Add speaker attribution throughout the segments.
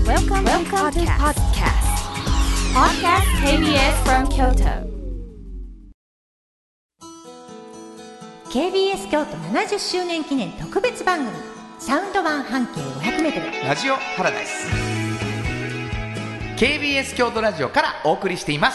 Speaker 1: Welcome to podcast KBS from Kyoto.
Speaker 2: KBS 京都70周年記念特別番組サウンド版半径 500m
Speaker 3: ラジオパラダイス KBS 京都ラジオからお送りしています。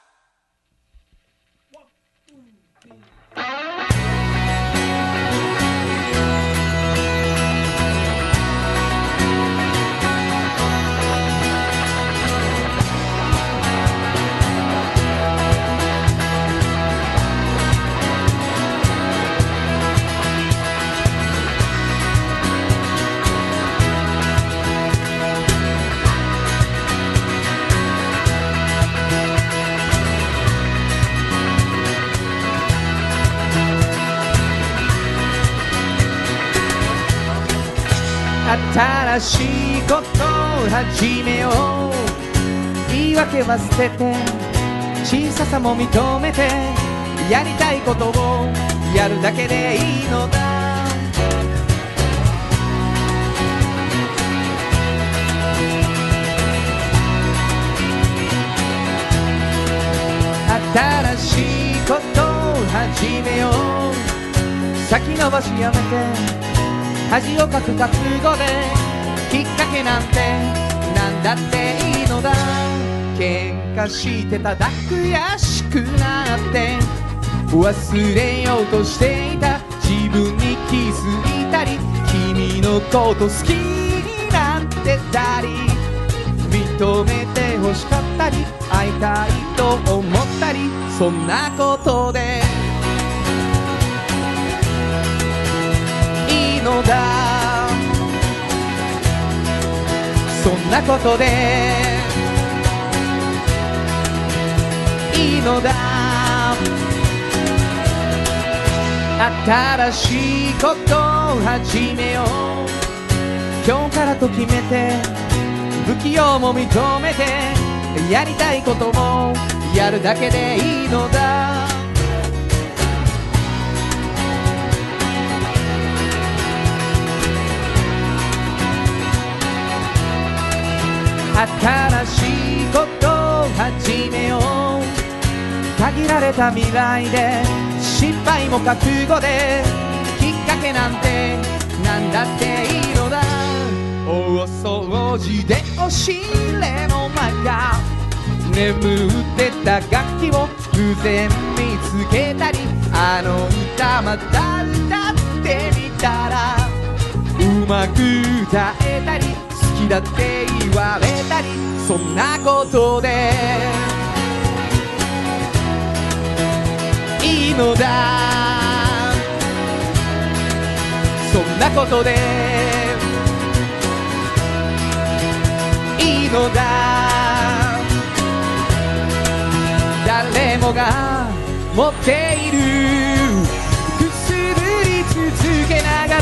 Speaker 3: 新しいことを始めよう。言い訳は捨てて小ささも認めてやりたいことをやるだけでいいのだ。新しいことを始めよう。先延ばしやめて恥をかく覚悟できっかけなんてなんだっていいのだ。喧嘩してただ悔しくなって忘れようとしていた自分に気づいたり君のこと好きになってたり認めて欲しかったり会いたいと思ったりそんなことでいいのだ。そんなことでいいのだ。新しいことを始めよう。今日からと決めて不器用も認めてやりたいこともやるだけでいいのだ。新しいことを始めよう。限られた未来で失敗も覚悟できっかけなんてなんだっていいのだ。大掃除で押し入れの中眠ってた楽器を偶然見つけたりあの歌また歌ってみたらうまく歌えたり好きだって言われたりそんなことでいいのだ。そんなことでいいのだ。誰もが持っているくすぶり続けながら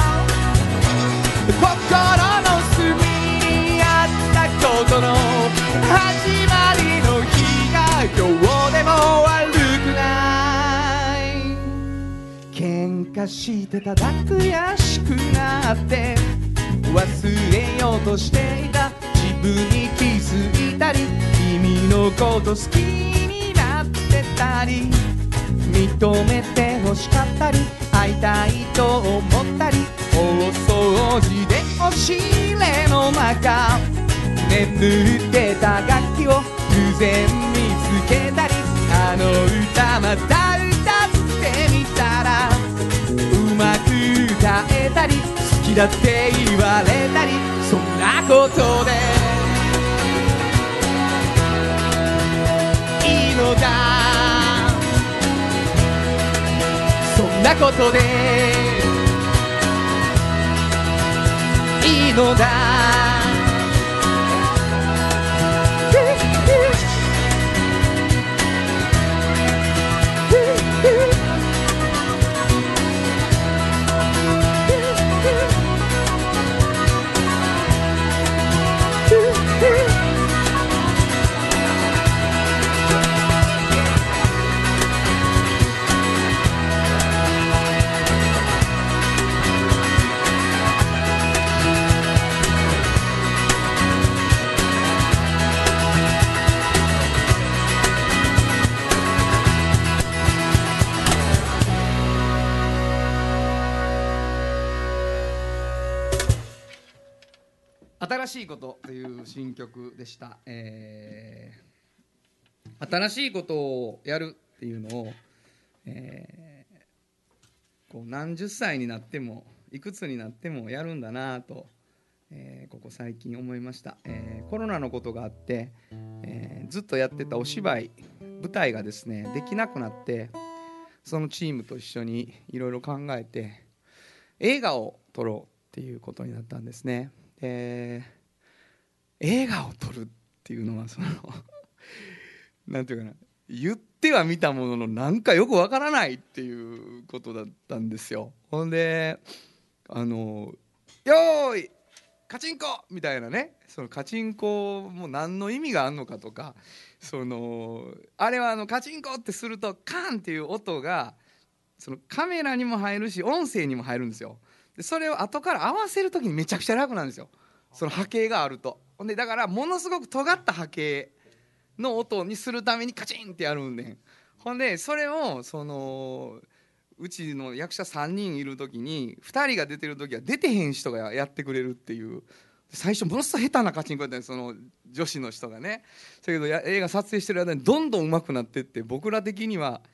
Speaker 3: 心の隅にあったことの始まりの日が今日でも悪くない。喧嘩してただ悔しくなって忘れようとしていた自分に気づいたり君のこと好きになってたり認めて欲しかったり会いたいと思ったり大掃除で押し入れの中眠ってた楽器を偶然見つけたりあの歌また歌ってみたらうまく歌えたり好きだって言われたりそんなことでいいのだ。そんなことでいいのだ。 新しいことという新曲でした、新しいことをやるっていうのを、こう何十歳になってもいくつになってもやるんだなと、ここ最近思いました、コロナのことがあって、ずっとやってたお芝居舞台がですねできなくなって、そのチームと一緒にいろいろ考えて映画を撮ろうっていうことになったんですね。映画を撮るっていうのはなんていうかな、言ってはみたもののなんかよくわからないっていうことだったんですよ。ほんでよーいカチンコみたいなね、そのカチンコも何の意味があるのかとか、あれはカチンコってするとカンっていう音がそのカメラにも入るし音声にも入るんですよ。でそれを後から合わせるときにめちゃくちゃ楽なんですよ、その波形があると。ほんでだからものすごく尖った波形の音にするためにカチンってやるんで、ほんでそれをうちの役者3人いる時に2人が出てる時は出てへん人がやってくれるっていう。最初ものすごい下手なカチンコやったんです、その女子の人がね。だけど映画撮影してる間にどんどん上手くなってって、僕ら的には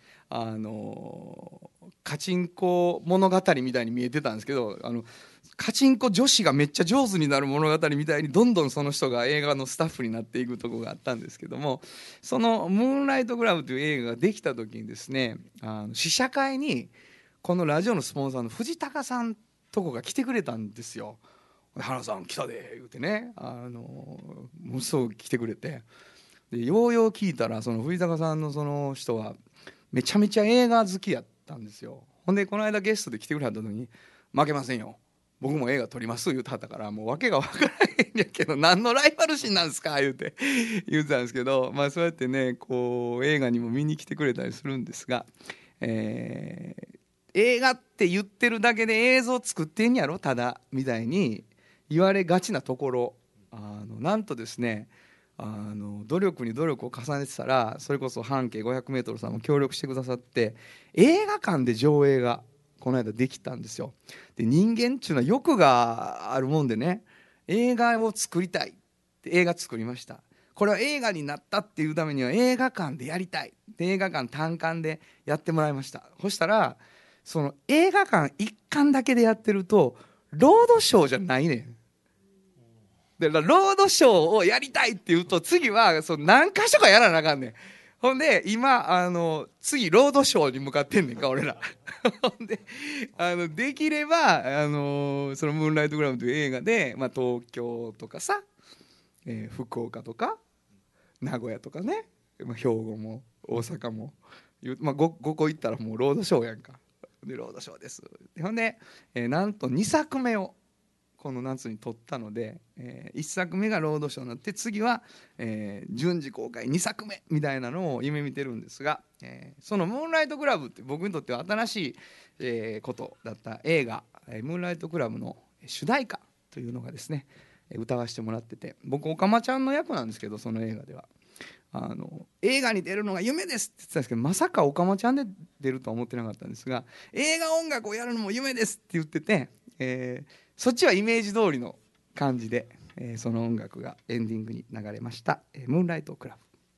Speaker 3: カチンコ物語みたいに見えてたんですけど、カチンコ女子がめっちゃ上手になる物語みたいにどんどんその人が映画のスタッフになっていくところがあったんですけども、そのムーンライトクラブという映画ができた時にですね、試写会にこのラジオのスポンサーの藤高さんとこが来てくれたんですよ。原さん来たで言うてね、ものすごく来てくれて、でようよう聞いたらその藤高さんのその人はめちゃめちゃ映画好きやったんですよ。ほんでこの間ゲストで来てくれた時に負けませんよ、僕も映画撮ります言うてはったから、もう訳が分からへんやけど何のライバル心なんですか言うてたんですけど、まあそうやってねこう映画にも見に来てくれたりするんですが、映画って言ってるだけで映像作ってんやろただみたいに言われがちなところ、なんとですね努力に努力を重ねてたら、それこそ半径 500m さんも協力してくださって映画館で上映がこの間できたんですよ。で人間っていうのは欲があるもんでね、映画を作りたいって映画作りました。これは映画になったっていうためには映画館でやりたいで映画館単館でやってもらいました。そしたらその映画館一館だけでやってるとロードショーじゃないねん。でロードショーをやりたいって言うと次はその何箇所かやらなあかんねん。ほんで今次ロードショーに向かってんねんか俺らほんでできればそのムーンライトクラブという映画で、まあ、東京とかさ、福岡とか名古屋とかね、まあ、兵庫も大阪も、まあ、5個行ったらもうロードショーやんか。でロードショーです。ほんで、なんと2作目をこの夏に撮ったので、1作目がロードショーになって次は、順次公開2作目みたいなのを夢見てるんですが、そのムーンライトクラブって僕にとっては新しい、ことだった映画、ムーンライトクラブの主題歌というのがですね歌わせてもらってて、僕おかまちゃんの役なんですけど、その映画では映画に出るのが夢ですって言ってたんですけど、まさかおかまちゃんで出るとは思ってなかったんですが、映画音楽をやるのも夢ですって言ってて、そっちはイメージ通りの感じで、その音楽がエンディングに流れました、ムーンライトクラブ。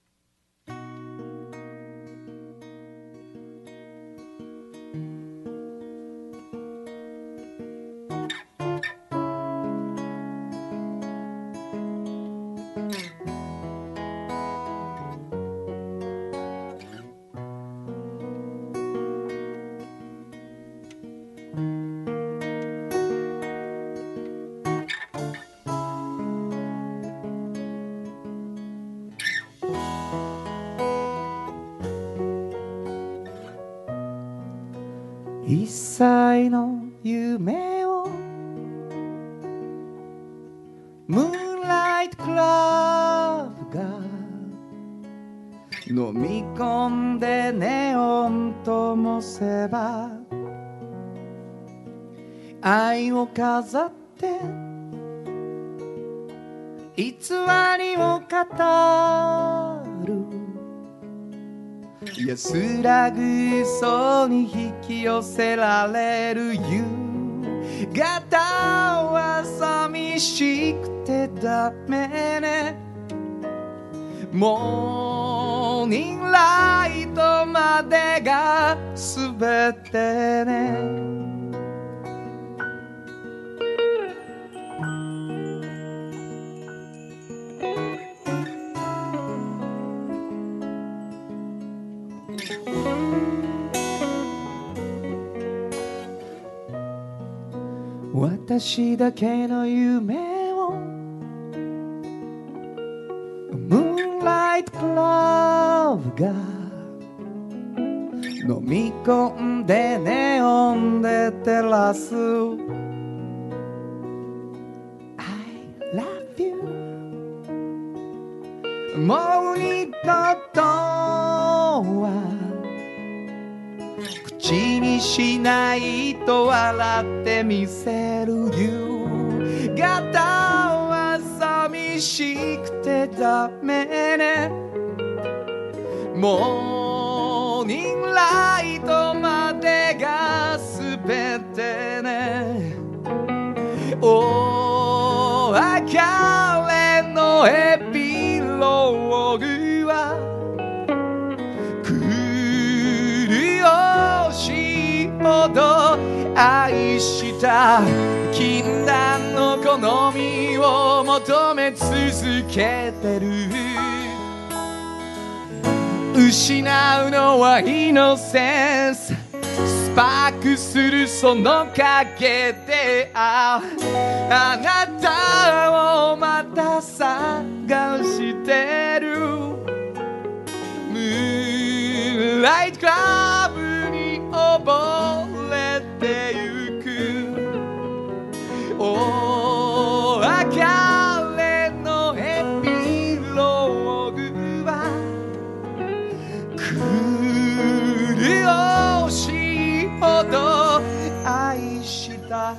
Speaker 3: 一切の夢をムーンライトクラブが飲み込んでネオン灯せば、愛を飾って偽りを語る、安らぐ嘘に引き寄せられる夕方は寂しくてダメねモーニングライトまでがすべてね私だけの夢をムーンライトクラブが飲み込んでネオンで照らす I love you もう二度とは口にしないと笑ってみせる夕方は寂しくてダメねモーニングライトまでがすべてねお別れのエピローグはほど愛した禁断の好みを求め続けてる失うのはイノセンススパークするその影であなたをまた探してるムーンライトクラブに溺れてゆくお別れのエピローグは苦しいほど愛した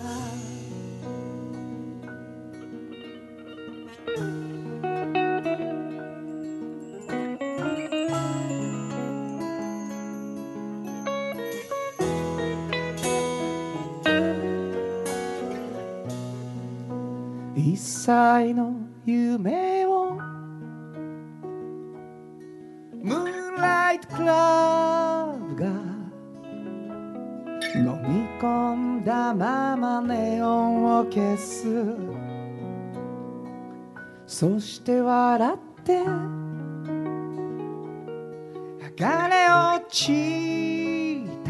Speaker 3: 一切の夢をムーンライトクラブが飲み込んだままネオンを消すそして笑って剥がれ落ちた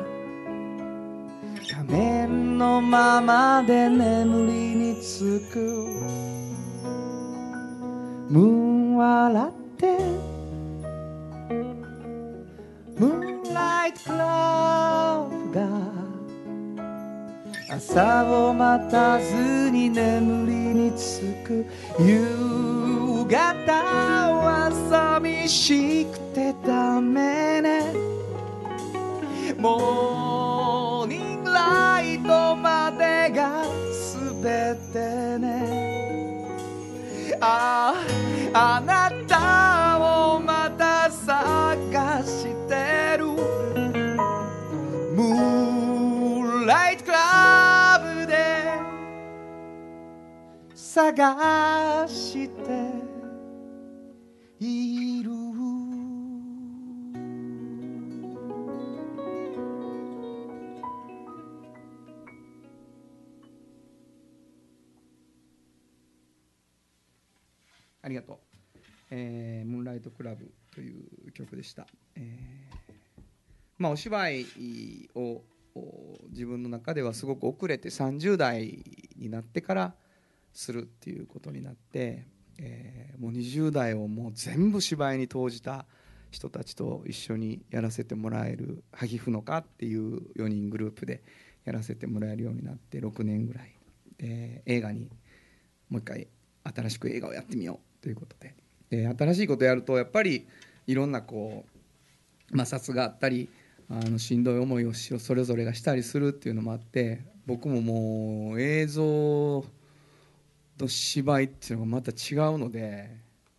Speaker 3: 仮面のままで眠りにつくムーン笑ってムーンライトクラブが朝を待たずに眠りにつく夕方は寂しくてダメねモーニングライトまでがすべてねあなたをまた探してるムーンライトクラブで探しているありがとう、ムーンライトクラブという曲でした、お芝居を自分の中ではすごく遅れて30代になってからするっていうことになって、もう20代をもう全部芝居に投じた人たちと一緒にやらせてもらえる萩ふのかっていう4人グループでやらせてもらえるようになって6年ぐらいで映画にもう一回新しく映画をやってみようということで、新しいことをやるとやっぱりいろんなこう摩擦があったりしんどい思いをそれぞれがしたりするっていうのもあって僕ももう映像と芝居っていうのがまた違うので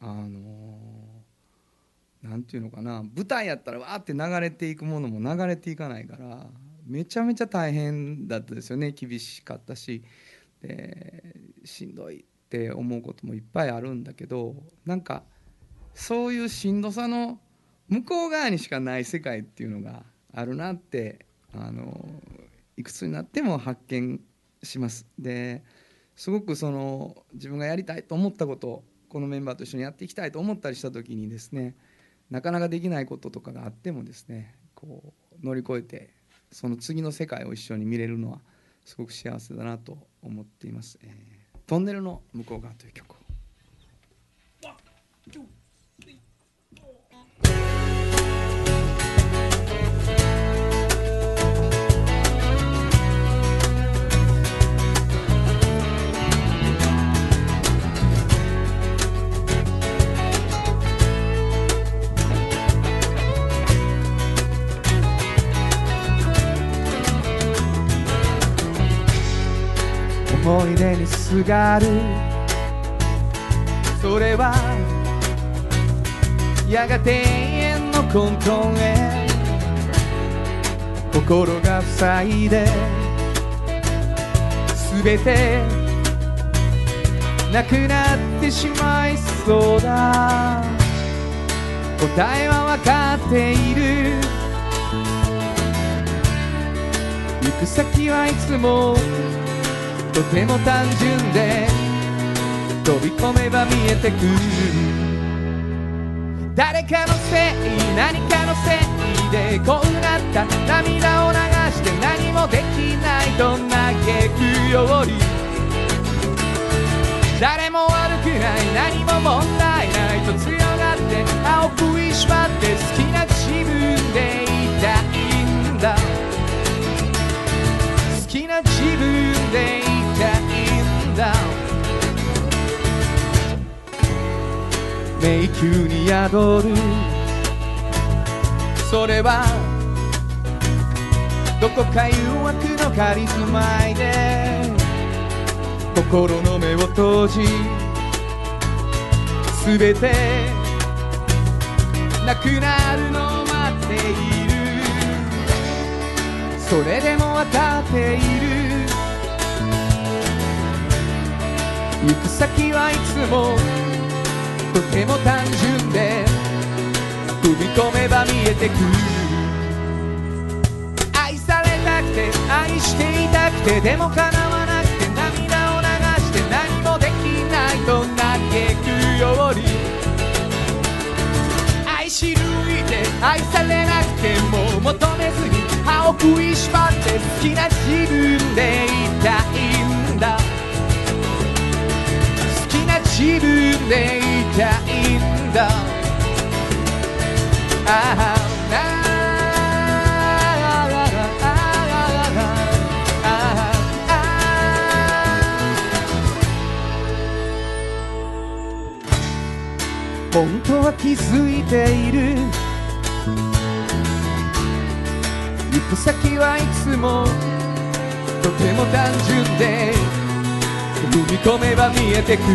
Speaker 3: なんていうのかな舞台やったらわーって流れていくものも流れていかないからめちゃめちゃ大変だったですよね厳しかったししんどいっ
Speaker 4: って思うこともいっぱいあるんだけど、なんかそういうしんどさの向こう側にしかない世界っていうのがあるなっていくつになっても発見します。ですごくその自分がやりたいと思ったことをこのメンバーと一緒にやっていきたいと思ったりした時にですね、なかなかできないこととかがあってもですね、こう乗り越えてその次の世界を一緒に見れるのはすごく幸せだなと思っています。トンネルの向こう側という曲を。
Speaker 3: 思い出にすがる、それはやがて永遠の混沌へ心が塞いで全てなくなってしまいそうだ。答えは分かっている、行く先はいつもとても単純で飛び込めば見えてくる。誰かのせい何かのせいでこうなった、涙を流して何もできないと嘆くより、誰も悪くない何も問題ないと強がって歯を食いしばって好きな自分でいたいんだ。好きな自分でいたいんだ。迷宮に宿る、それはどこか誘惑の仮住まいで心の目を閉じ全てなくなるのを待っている。それでも分かっている、行く先はいつもとても単純で踏み込めば見えてくる。愛されたくて愛していたくてでも叶わなくて涙を流して何もできないと嘆くより、愛し抜いて愛されなくても求めずに歯を食いしばって好きな自分でいたいんだ。好きな自分でいたいんだ。本当は気づいている、行く先はいつもとても単純で踏み込めば見えてくる。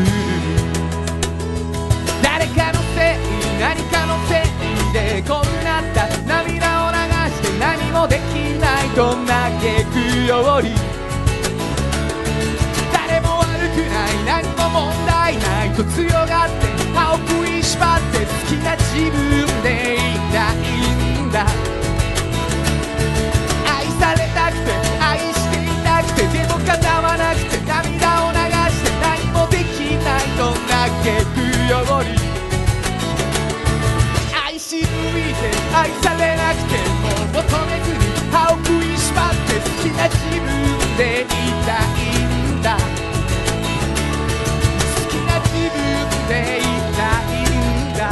Speaker 3: 誰かのせい何かのせいでこうなった、涙を流して何もできないと嘆くより、誰も悪くない何も問題ないと強がって歯を食いしばって好きな自分でいたいんだ。愛されたくて愛していたくてでも叶わなくて涙を流して何もできないと嘆くより、愛し抜いて愛されなくても求めずに歯を食いしばって好きな自分でいたいんだ。好きな自分でいたいんだ。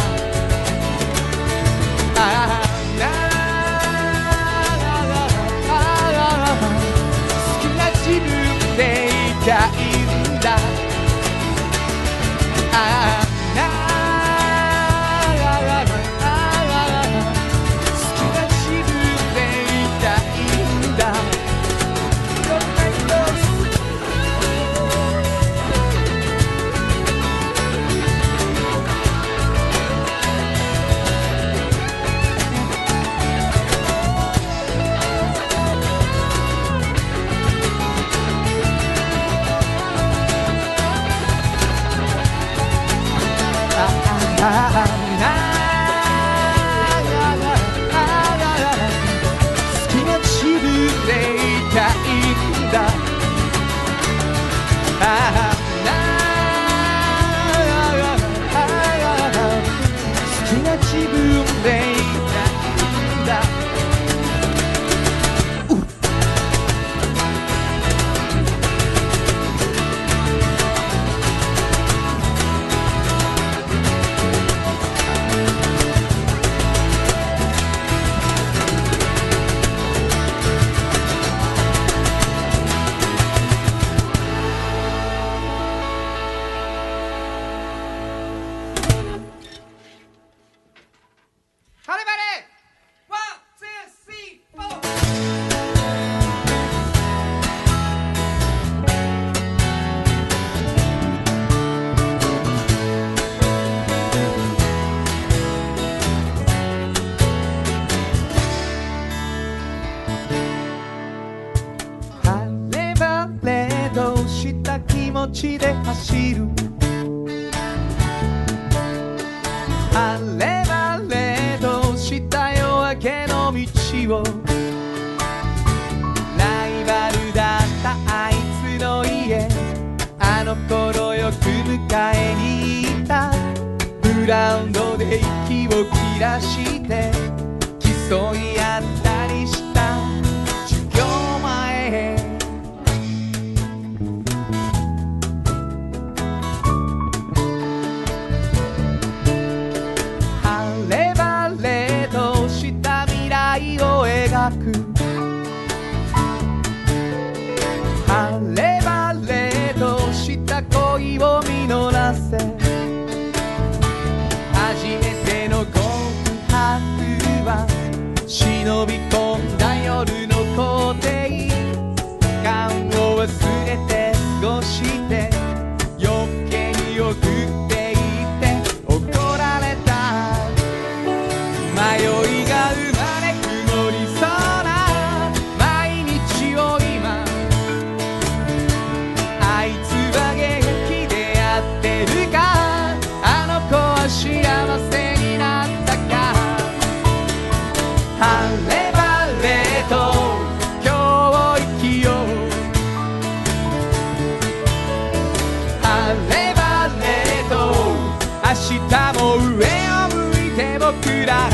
Speaker 3: 好きな自分でいたいんだ。好きな自分でいたいんだ。 好きな自分でいたいんだ好きな自分でいたいんだで走る晴れ晴れとした夜明けの道をライバルだったあいつの家あの頃よく迎えに行ったグラウンドで息を切らして競い合ったりした授業前晴れ晴れとした恋を実らせ初めての告白は忍び込んだ夜の校庭時間を忘れて過ごして余計に送っていて怒られた迷いが生まれ曇りそうな毎日を今あいつは元気でやってるかあの子は幸せになったか晴れ晴れと今日を生きよう晴れ晴れと明日も上を向いて僕ら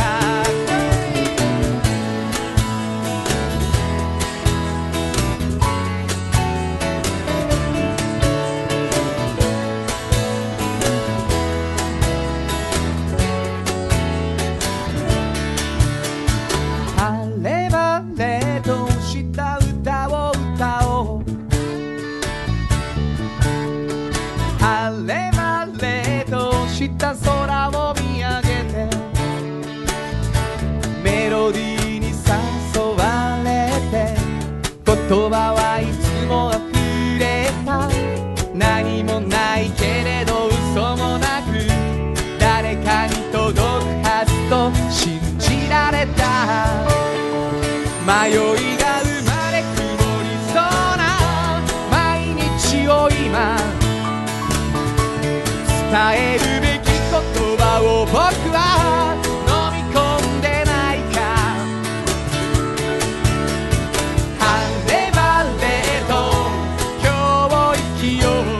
Speaker 3: した空を見上げてメロディーに誘われて言葉はいつも溢れた何もないけれど嘘もなく誰かに届くはずと信じられた迷いが生まれ曇りそうな毎日を今伝えるべき言葉を僕は飲み込んでないか晴れ晴れと今日を生きよう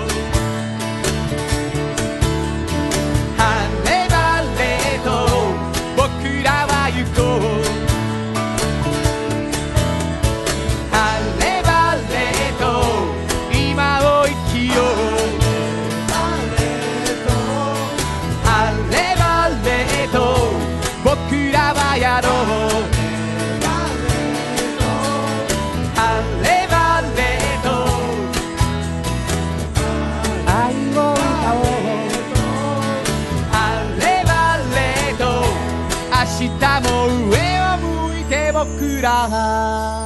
Speaker 3: 晴れ晴れと僕らは行こう晴れ晴れと今を生きよう僕らはやろう晴れ晴れと愛を歌おう晴れ晴れと明日も上を向いて僕ら 。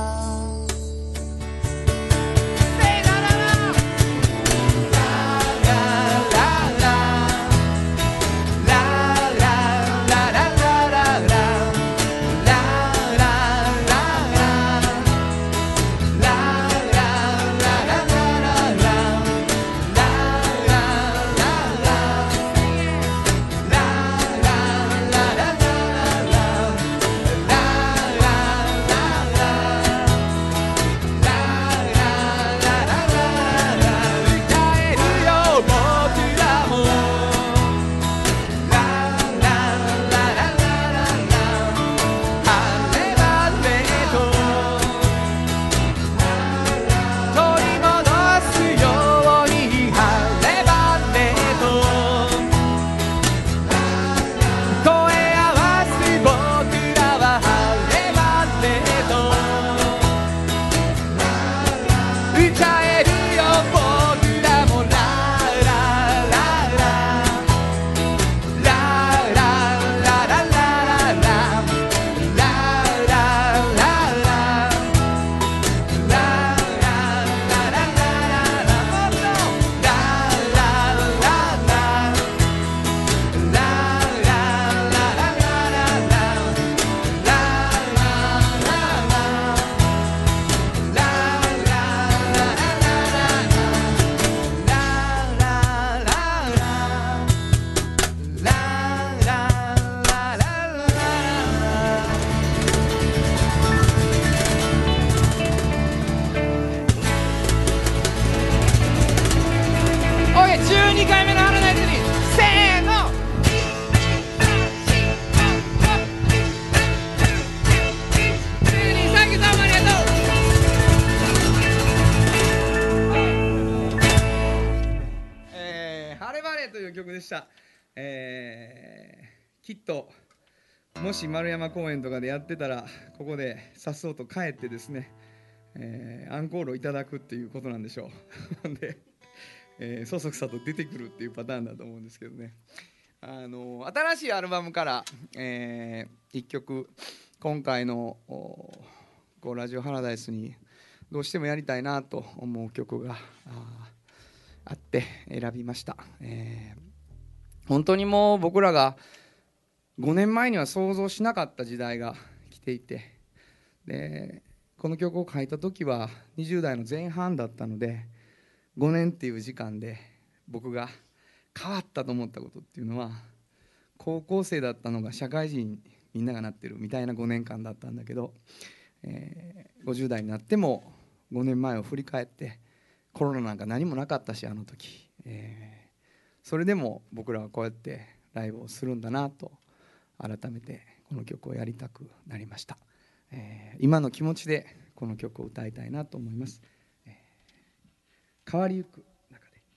Speaker 4: きっともし丸山公園とかでやってたらここでさっそうと帰ってですね、アンコールをいただくっていうことなんでしょうで、そそくさと出てくるっていうパターンだと思うんですけどね。新しいアルバムから、1曲今回のラジオハラダイスにどうしてもやりたいなと思う曲があって選びました。本当にもう僕らが5年前には想像しなかった時代が来ていて、でこの曲を書いた時は20代の前半だったので、5年っていう時間で僕が変わったと思ったことっていうのは、高校生だったのが社会人みんながなってるみたいな5年間だったんだけど、50代になっても5年前を振り返って、コロナなんか何もなかったしあの時、それでも僕らはこうやってライブをするんだなと改めてこの曲をやりたくなりました。今の気持ちでこの曲を歌いたいなと思います。変わりゆく中で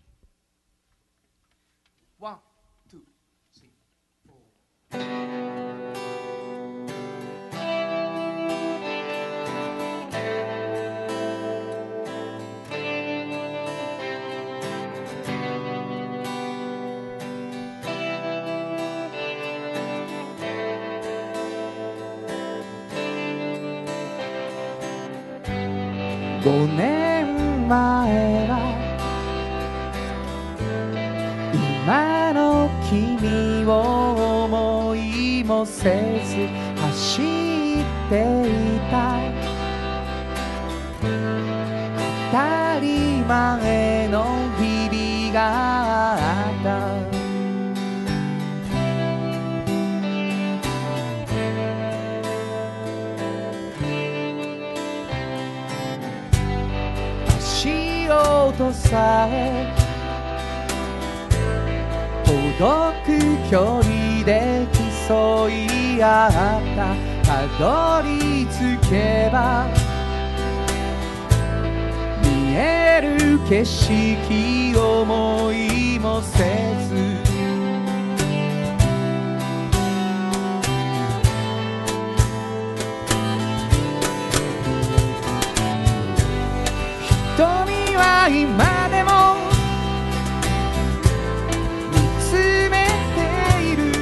Speaker 4: ワン、ツー、スリー、フォー。5年前は今の君を思いもせず走っていた、当たり前の日々があった。とさえ届く距離で競い合った、たどり着けば見える景色思いもせず、瞳は今でも見つめている、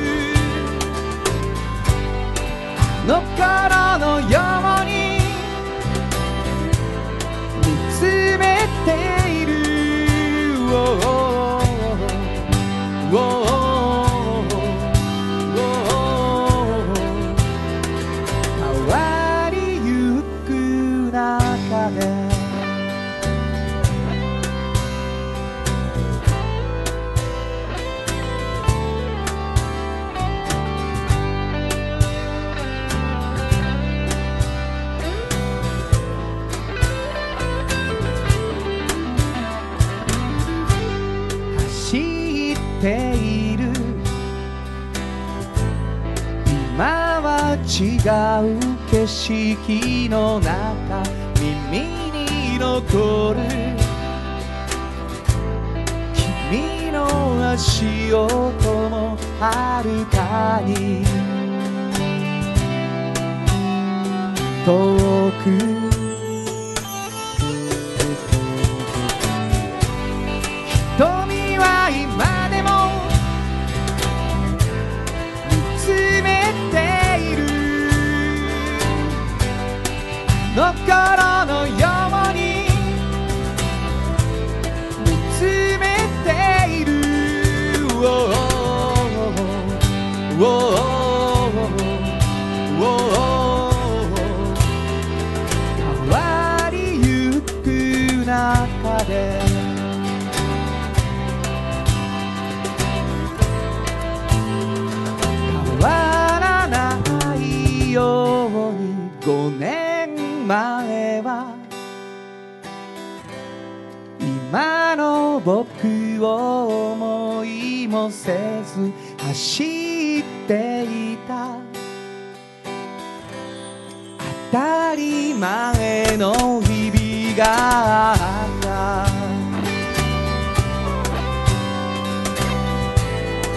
Speaker 4: あの頃のように見つめている、変わりゆく中でいる、今は違う景色の中、耳に残る君の足音もはるかに遠く、瞳は今でも見つめている、あの頃のように見つめている、変わりゆく中で変わらないように、5年前は今の僕を思いもせず走っていた、当たり前の日々があった。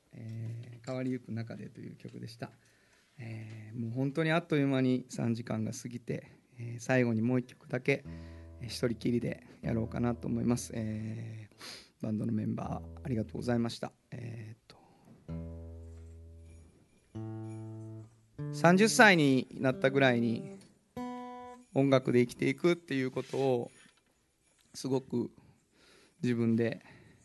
Speaker 4: 変わりゆく中でという曲でした。もう本当にあっという間に3時間が過ぎて、最後にもう1曲だけ一人きりでやろうかなと思います。バンドのメンバーありがとうございました。30歳になったぐらいに音楽で生きていくっていうことをすごく自分で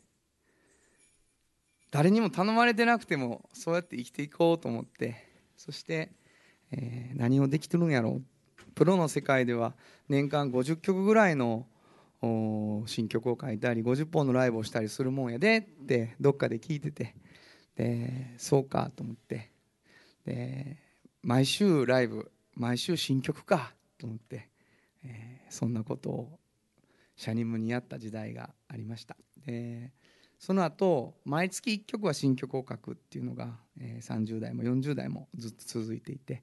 Speaker 4: 誰にも頼まれてなくてもそうやって生きていこうと思って、そして、何をできてるんやろう、プロの世界では年間50曲ぐらいの新曲を書いたり50本のライブをしたりするもんやでってどっかで聞いてて、でそうかと思って、で毎週ライブ毎週新曲かと思って、そんなことをシャニムにやった時代がありました。でその後毎月1曲は新曲を書くっていうのが、30代も40代もずっと続いていて、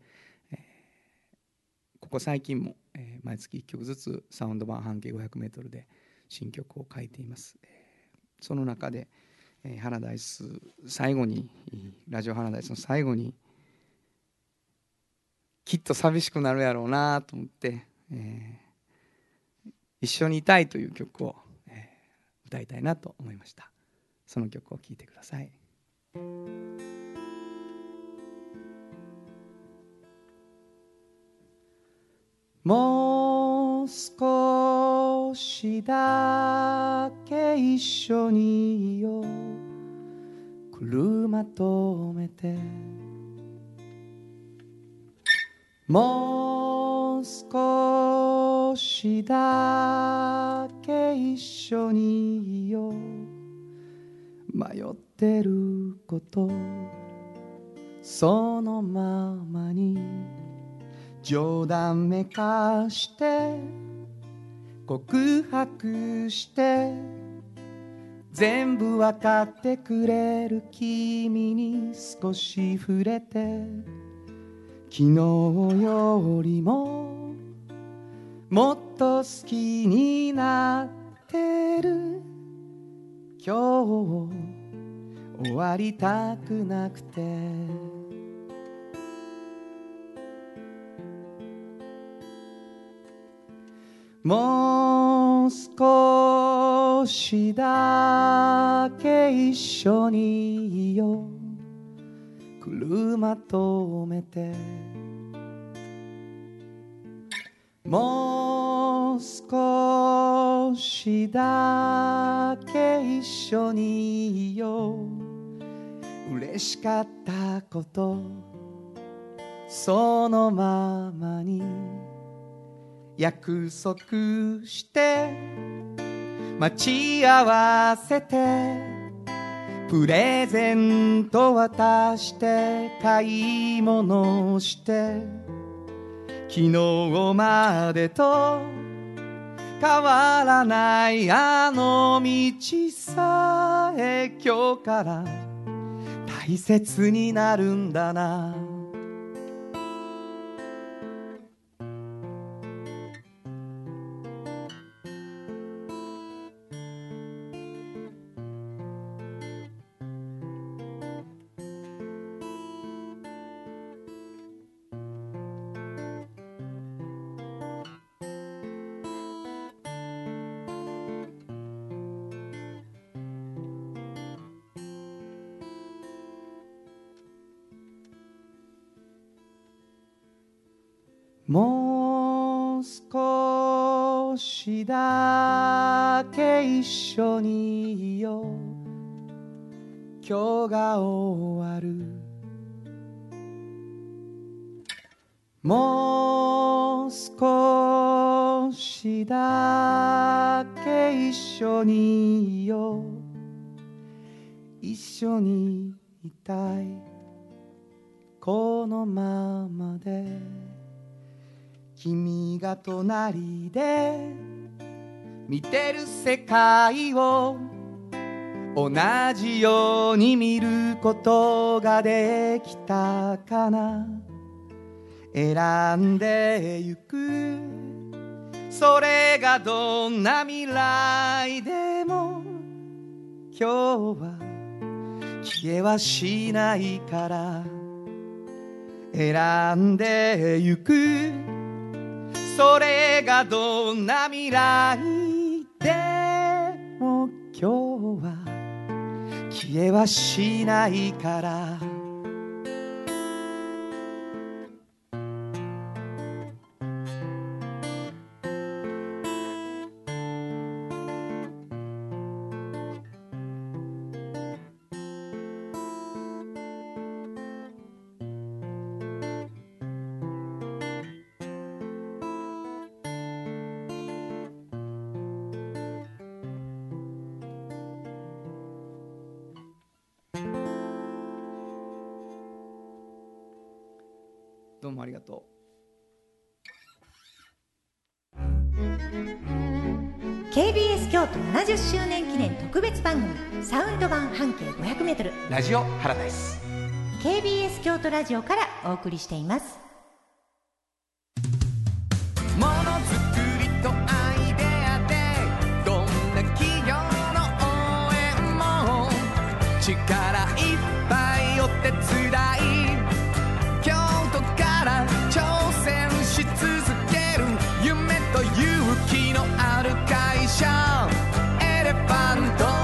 Speaker 4: ここ最近も、毎月1曲ずつサウンド版半径 500m で新曲を書いています。その中で、ハラダイス最後にラジオハラダイスの最後にきっと寂しくなるやろうなと思って、一緒にいたいという曲を、歌いたいなと思いました。その曲を聴いてください。もう少しだけ一緒にいよう、車止めてもう少しだけ一緒にいよう、迷ってることそのままに冗談めかして告白して、全部わかってくれる君に少し触れて、昨日よりももっと好きになってる、今日終わりたくなくて、もう少しだけ一緒にいよう、車止めてもう少しだけ一緒にいよう、嬉しかったことそのままに約束して待ち合わせて、プレゼント渡して買い物して、昨日までと変わらないあの道さえ今日から大切になるんだな。もう少しだけ一緒にいよう、今日が終わる、もう少しだけ一緒にいよう、一緒にいたいこのままで、君が隣で見てる世界を同じように見ることができたかな。選んでゆく、それがどんな未来でも今日は
Speaker 3: 消えはしないから選んでゆくそれがどんな未来でも今日は消えはしないからどうもありがとう。
Speaker 2: KBS 京都70周年記念特別番組サウンド版半径 500m
Speaker 3: ラジオハラダイス
Speaker 2: KBS 京都ラジオからお送りしています。
Speaker 3: ものづくりとアイデアでどんな企業の応援も力いっぱいお手伝い京都から挑戦し続ける夢と勇気のある会社エレファント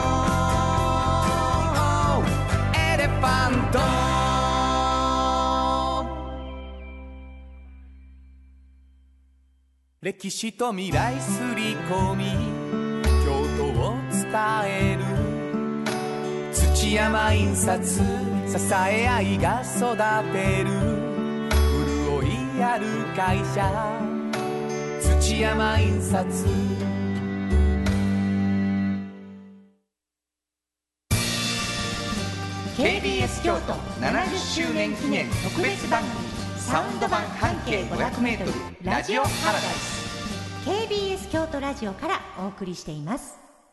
Speaker 3: エレファント歴史と未来すり込み京都を伝える土山印刷支え合いが育てる潤いある会社土山印刷KBS 京都70周年記念特別番組サウンド版半径 500m ラジオハラダイス
Speaker 2: KBS 京都ラジオからお送りしています。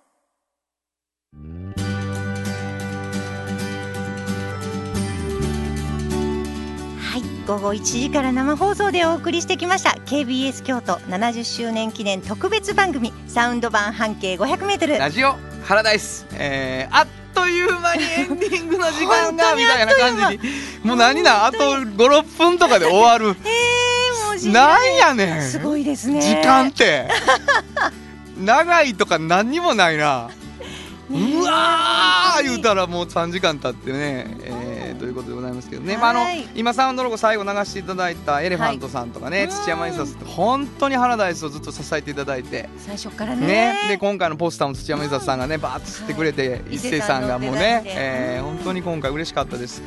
Speaker 2: はい、午後1時から生放送でお送りしてきました KBS 京都70周年記念特別番組サウンド版半径 500m
Speaker 3: ラジオハラダイス、あっという間にエンディングの時間がみたいな感じにもう何なあと 5,6 分とかで終わるなんやねん
Speaker 2: すごいですね
Speaker 3: 時間って長いとか何にもないなうわー言うたらもう3時間経ってね、ということでございますけどね、今サウンドロゴ最後流していただいたエレファントさんとかね、土山印刷って本当にハラダイスをずっと支えていただいて
Speaker 2: 最初からね
Speaker 3: で今回のポスターも土山印刷さんがねバーッと吸ってくれて、一斉さんがもうね、本当に今回嬉しかったです、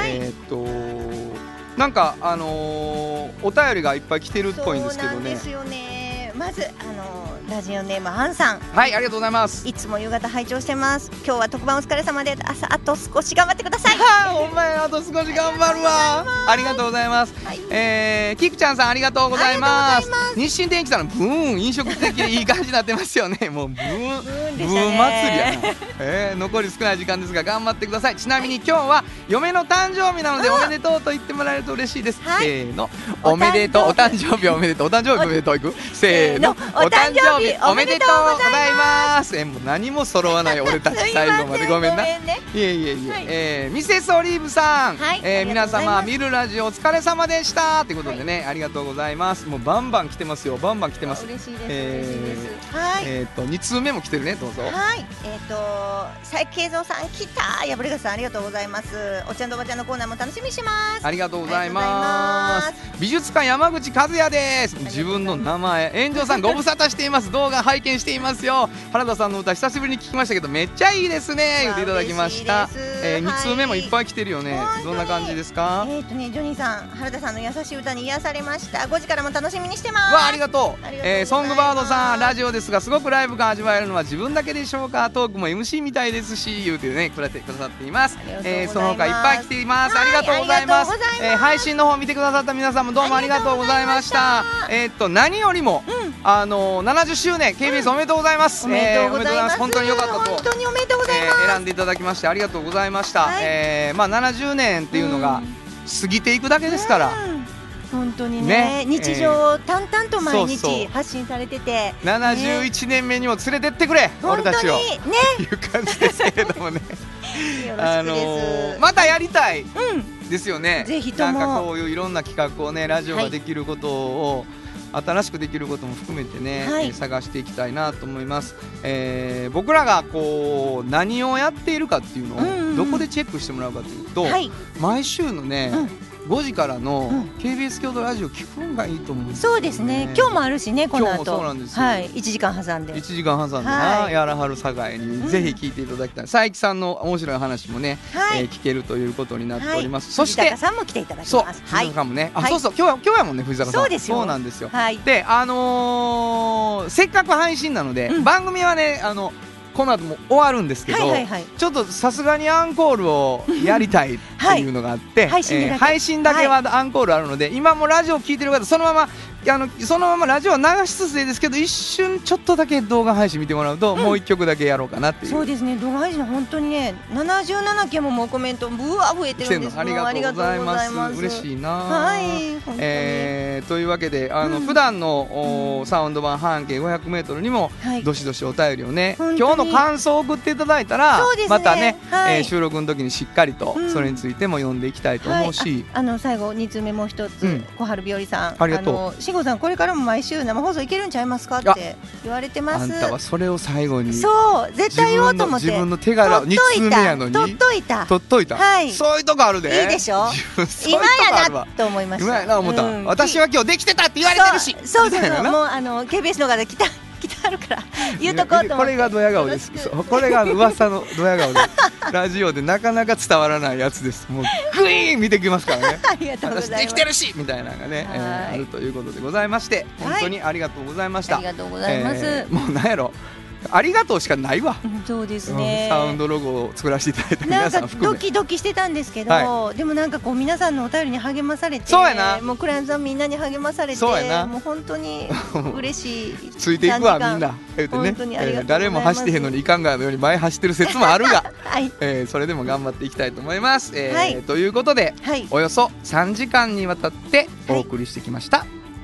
Speaker 3: なんかお便りがいっぱい来てるっぽいんですけどね。
Speaker 2: そうなんですよね。まずラジオネームアンさん、
Speaker 3: はいありがとうございます。
Speaker 2: いつも夕方拝聴してます。今日は特番お疲れ様で朝あと少し頑張ってください。
Speaker 3: お前あと少し頑張るわ。ありがとうございます。キクちゃんさんありがとうございます。日清電機さんのブーン飲食的でいい感じになってますよね。もうブーン祭りやな。残り少ない時間ですが頑張ってください。ちなみに今日は嫁の誕生日なのでおめでとうと言ってもらえると嬉しいです。せーのおめでとうお誕生日おめでとうお誕生日おめでとういくせーのお誕生日おめでとうございます。もう何も揃わない俺たち最後までごめんな。いえミセスオリーブさん、皆様見るラジオお疲れ様でしたということでね、ありがとうございます。もうバンバン来てますよ。バンバン来てます。
Speaker 2: 嬉しいです
Speaker 3: 2通目も来てるね。どうぞ。
Speaker 2: はい佐伯慶三さん来た。やぶれがさんありがとうございます。お茶んとおばちゃんのコーナーも楽しみにします。
Speaker 3: ありがとうございます。美術館山口和也です。自分の名前炎上さんご無沙汰しています。動画拝見していますよ。原田さんの歌久しぶりに聞きましたけどめっちゃいいですね言っていただきました。2通目もいっぱい来てるよね。どんな感じですか。
Speaker 2: ジョニーさん原田さんの優しい歌に癒されました。5時からも楽しみにしてます。
Speaker 3: わありがとう。ソングバードさんラジオですがすごくライブ感味わえるのは自分だけでしょうか。トークも MC みたいですし言うてねくださっています。その他いっぱい来ています。ありがとうございます。配信の方見てくださった皆さんもどうもありがとうございました。何よりも70周年 KBS おめでとうございます。
Speaker 2: おめでとうございます。
Speaker 3: 本当に良かったと。
Speaker 2: 本当におめでとうございます。
Speaker 3: 選んでいただきましてありがとうございました。70年っていうのが過ぎていくだけですから。
Speaker 2: 本当にね日常を淡々と毎日発信されてて
Speaker 3: 71年目にも連れてってくれ俺たちを
Speaker 2: ね
Speaker 3: いう感じですけれどもね
Speaker 2: よろしくです。
Speaker 4: またやりたいですよね。
Speaker 2: ぜひとも
Speaker 4: なんかこういういろんな企画をね、ラジオができることを、新しくできることも含めてね、
Speaker 2: はい
Speaker 4: 探していきたいなと思います。僕らがこう何をやっているかっていうのをどこでチェックしてもらうかというと、
Speaker 2: はい、
Speaker 4: 毎週のね、5時からの
Speaker 2: うん
Speaker 4: KBS 京都ラジオ聞くのがいいと思うんですよね。
Speaker 2: そうですね。今日もあるしね、この後。
Speaker 4: 今日もそうなんですよ
Speaker 2: はい、1時間挟んで。
Speaker 4: 1時間挟んでな、
Speaker 2: はい
Speaker 4: やらはるさかいにぜひ聞いていただきたい。佐伯さんの面白い話もね、
Speaker 2: はい
Speaker 4: 聞けるということになっております。
Speaker 2: はい、
Speaker 4: そして
Speaker 2: 藤坂さんも来ていただき
Speaker 4: そう
Speaker 2: ます。
Speaker 4: 藤坂さんもね、
Speaker 2: はい
Speaker 4: そうそう、今日やもんね、藤坂さん。
Speaker 2: そうですよ。
Speaker 4: そうなんですよ。
Speaker 2: はい。
Speaker 4: でせっかく配信なので、番組はねこの後も終わるんですけど、
Speaker 2: はいはいはい、
Speaker 4: ちょっとさすがにアンコールをやりたいっていうのがあって、
Speaker 2: はい
Speaker 4: 配信だけはアンコールあるので、今もラジオ聞いてる方そのままラジオは流しつつでいいですけど、一瞬ちょっとだけ動画配信見てもらうと、もう一曲だけやろうかなっていう。
Speaker 2: そうですね。動画配信本当にね、77件ももうコメントぶわ増えてるんです。
Speaker 4: ありがとうございます。嬉しいな。
Speaker 2: はい。本当に
Speaker 4: というわけで普段のサウンド版半径 500m にもどしどしお便りをね、今日の感想を送っていただいたら、またね、収録の時にしっかりとそれについても読んでいきたいと思うし、
Speaker 2: 最後2通目もう一つ、小春日和さん、
Speaker 4: ありがとう。
Speaker 2: 慎吾さん、これからも毎週生放送いけるんちゃいますかって言われてます。
Speaker 4: あんたはそれを最後に、
Speaker 2: そう絶対言おうと思って
Speaker 4: 自分の手柄を2通目やのに
Speaker 2: 取っといた、
Speaker 4: はい、そういうとこあるで。
Speaker 2: いいでしょ今やなと思いました。
Speaker 4: 今やな思った、私は今日できてたって言われてるし、
Speaker 2: そうもうKBS の方来たあるから言うとこうと思って。
Speaker 4: これがドヤ顔です。これが噂のドヤ顔でラジオでなかなか伝わらないやつです。もうグイーン見てきますからね
Speaker 2: ありがとうございます。
Speaker 4: 私できてるしみたいなのがね、あるということでございまして、本当にありがとうございました。
Speaker 2: ありがとうございます。
Speaker 4: もうなんやろ、ありがとうしかないわ。
Speaker 2: そうですね。
Speaker 4: サウンドロゴを作らせていただいた皆さん含め、
Speaker 2: なんかドキドキしてたんですけど、でもなんかこう皆さんのお便りに励まされて、
Speaker 4: そうやな、
Speaker 2: もうクライアントさんみんなに励まされて、
Speaker 4: そうやな、
Speaker 2: もう本当に嬉しい。
Speaker 4: ついていくわみんな言うてね、誰も走ってへんのにいかんがのように前走ってる説もあるが、それでも頑張っていきたいと思います。ということで、およそ3時間にわたってお送りしてきました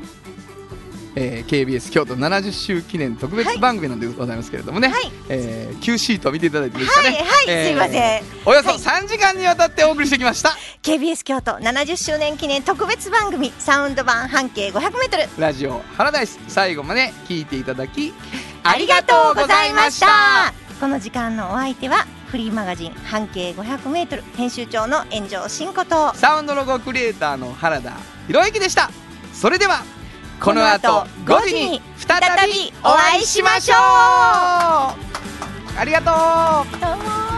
Speaker 4: 。KBS 京都70周記念特別番組なんでございますけれどもね、Q シートを見ていただいていいですかね。
Speaker 2: すいません。
Speaker 4: およそ3時間にわたってお送りしてきました、
Speaker 2: KBS 京都70周年記念特別番組サウンド版半径 500m
Speaker 4: ラジオハラダイス、最後まで聞いていただき
Speaker 2: ありがとうございました。この時間のお相手はフリーマガジン半径 500m 編集長の炎上真子と
Speaker 4: サウンドロゴクリエイターの原田博之でした。それではこの後5時に再びお会いしましょう。ありがとう。
Speaker 2: どうも。